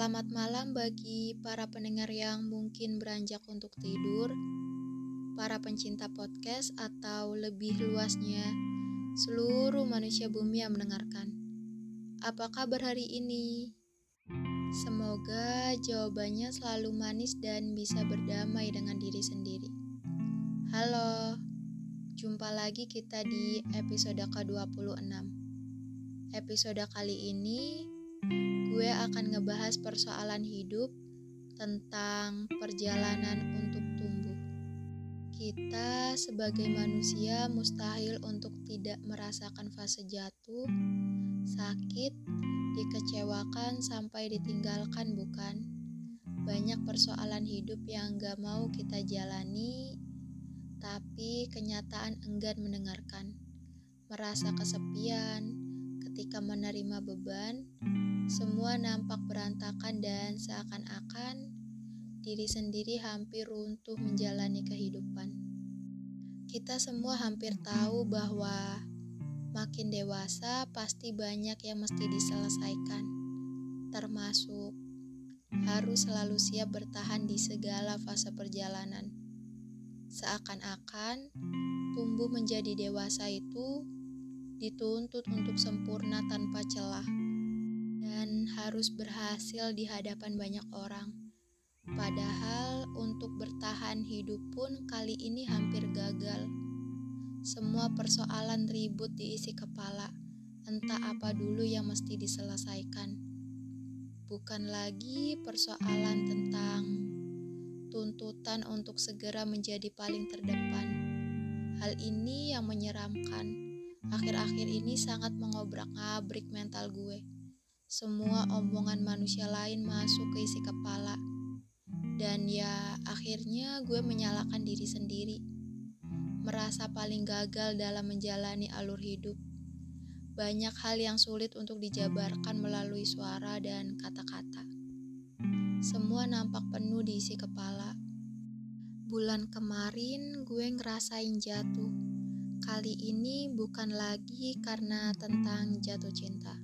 Selamat malam bagi para pendengar yang mungkin beranjak untuk tidur, para pencinta podcast atau lebih luasnya seluruh manusia bumi yang mendengarkan. Apa kabar hari ini? Semoga jawabannya selalu manis dan bisa berdamai dengan diri sendiri. Halo, jumpa lagi kita di episode ke-26. Episode kali ini gue akan ngebahas persoalan hidup tentang perjalanan untuk tumbuh. Kita sebagai manusia mustahil untuk tidak merasakan fase jatuh, sakit, dikecewakan sampai ditinggalkan, bukan? Banyak persoalan hidup yang gak mau kita jalani, tapi kenyataan enggan mendengarkan. Merasa kesepian ketika menerima beban, semua nampak berantakan dan seakan-akan diri sendiri hampir runtuh menjalani kehidupan. Kita semua hampir tahu bahwa makin dewasa pasti banyak yang mesti diselesaikan, termasuk harus selalu siap bertahan di segala fase perjalanan. Seakan-akan tumbuh menjadi dewasa itu dituntut untuk sempurna tanpa celah dan harus berhasil di hadapan banyak orang. Padahal untuk bertahan hidup pun kali ini hampir gagal. Semua persoalan ribut diisi kepala, entah apa dulu yang mesti diselesaikan. Bukan lagi persoalan tentang tuntutan untuk segera menjadi paling terdepan. Hal ini yang menyeramkan. Akhir-akhir ini sangat mengobrak-abrik mental gue. Semua omongan manusia lain masuk ke isi kepala. Dan ya akhirnya gue menyalahkan diri sendiri. Merasa paling gagal dalam menjalani alur hidup. Banyak hal yang sulit untuk dijabarkan melalui suara dan kata-kata. Semua nampak penuh di isi kepala. Bulan kemarin gue ngerasain jatuh. Kali ini bukan lagi karena tentang jatuh cinta.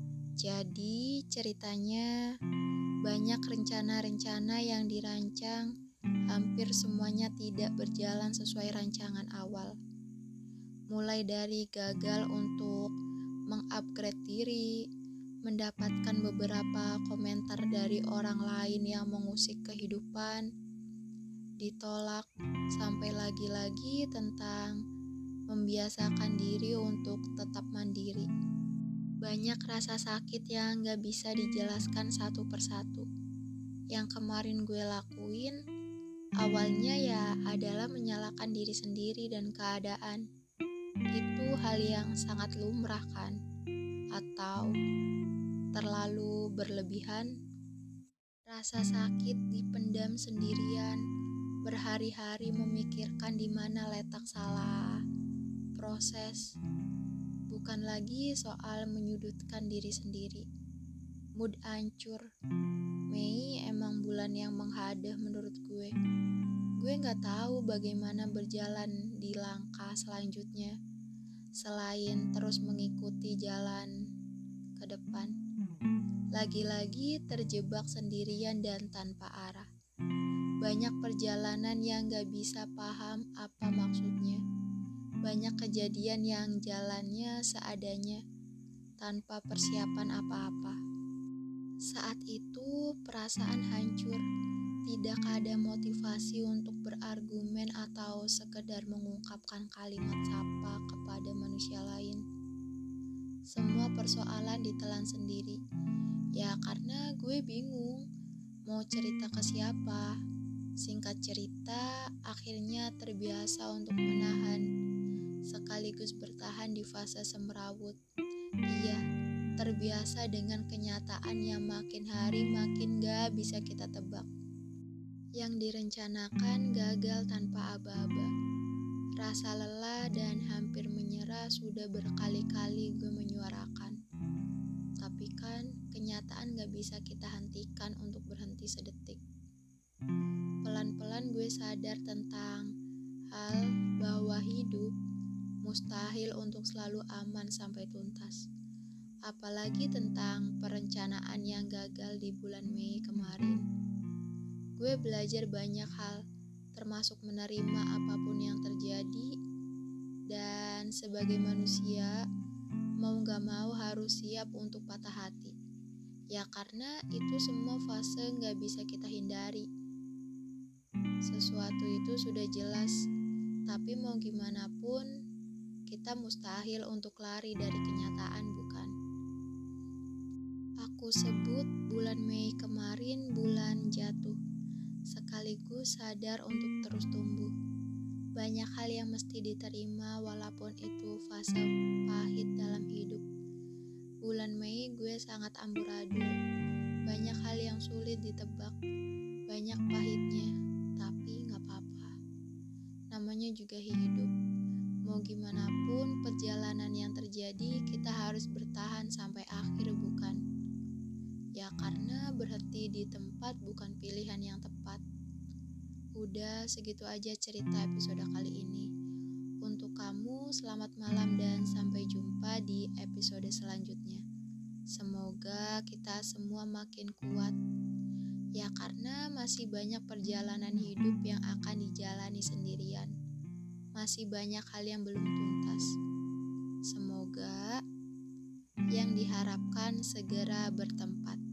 Jadi ceritanya banyak rencana-rencana yang dirancang, hampir semuanya tidak berjalan sesuai rancangan awal. Mulai dari gagal untuk mengupgrade diri, mendapatkan beberapa komentar dari orang lain yang mengusik kehidupan, ditolak, sampai lagi-lagi tentang membiasakan diri untuk tetap mandiri. Banyak rasa sakit yang gak bisa dijelaskan satu persatu. Yang kemarin gue lakuin, awalnya ya adalah menyalahkan diri sendiri dan keadaan. Itu hal yang sangat lumrah kan? Atau terlalu berlebihan? Rasa sakit dipendam sendirian, berhari-hari memikirkan di mana letak salah proses. Bukan lagi soal menyudutkan diri sendiri. Mood hancur. Mei emang bulan yang menghadeh menurut gue. Gue gak tahu bagaimana berjalan di langkah selanjutnya, selain terus mengikuti jalan ke depan. Lagi-lagi terjebak sendirian dan tanpa arah. Banyak perjalanan yang gak bisa paham apa maksudnya. Banyak kejadian yang jalannya seadanya, tanpa persiapan apa-apa. Saat itu perasaan hancur, tidak ada motivasi untuk berargumen atau sekedar mengungkapkan kalimat sapa kepada manusia lain. Semua persoalan ditelan sendiri, ya karena gue bingung mau cerita ke siapa. Singkat cerita, akhirnya terbiasa untuk menahan sekaligus bertahan di fase semrawut. Iya, terbiasa dengan kenyataan yang makin hari makin gak bisa kita tebak. Yang direncanakan gagal tanpa aba-aba. Rasa lelah dan hampir menyerah sudah berkali-kali gue menyuarakan. Tapi kan kenyataan gak bisa kita hentikan untuk berhenti sedetik. Pelan-pelan gue sadar tentang hal bahwa hidup mustahil untuk selalu aman sampai tuntas. apalagi tentang perencanaan yang gagal di bulan Mei kemarin. Gue belajar banyak hal, termasuk menerima apapun yang terjadi, dan sebagai manusia, mau gak mau harus siap untuk patah hati. Ya karena itu semua fase gak bisa kita hindari. Sesuatu itu sudah jelas, tapi mau gimana pun, kita mustahil untuk lari dari kenyataan, bukan? Aku sebut bulan Mei kemarin bulan jatuh, sekaligus sadar untuk terus tumbuh. Banyak hal yang mesti diterima walaupun itu fase pahit dalam hidup. Bulan Mei gue sangat amburadul, banyak hal yang sulit ditebak, banyak pahitnya, tapi gak apa-apa. Namanya juga hidup. Mau gimana pun perjalanan yang terjadi, kita harus bertahan sampai akhir, bukan? Ya karena berhenti di tempat bukan pilihan yang tepat. Udah segitu aja cerita episode kali ini. Untuk kamu, selamat malam dan sampai jumpa di episode selanjutnya. Semoga kita semua makin kuat. Ya karena masih banyak perjalanan hidup yang akan dijalani sendirian. Masih banyak hal yang belum tuntas. Semoga yang diharapkan segera bertempat.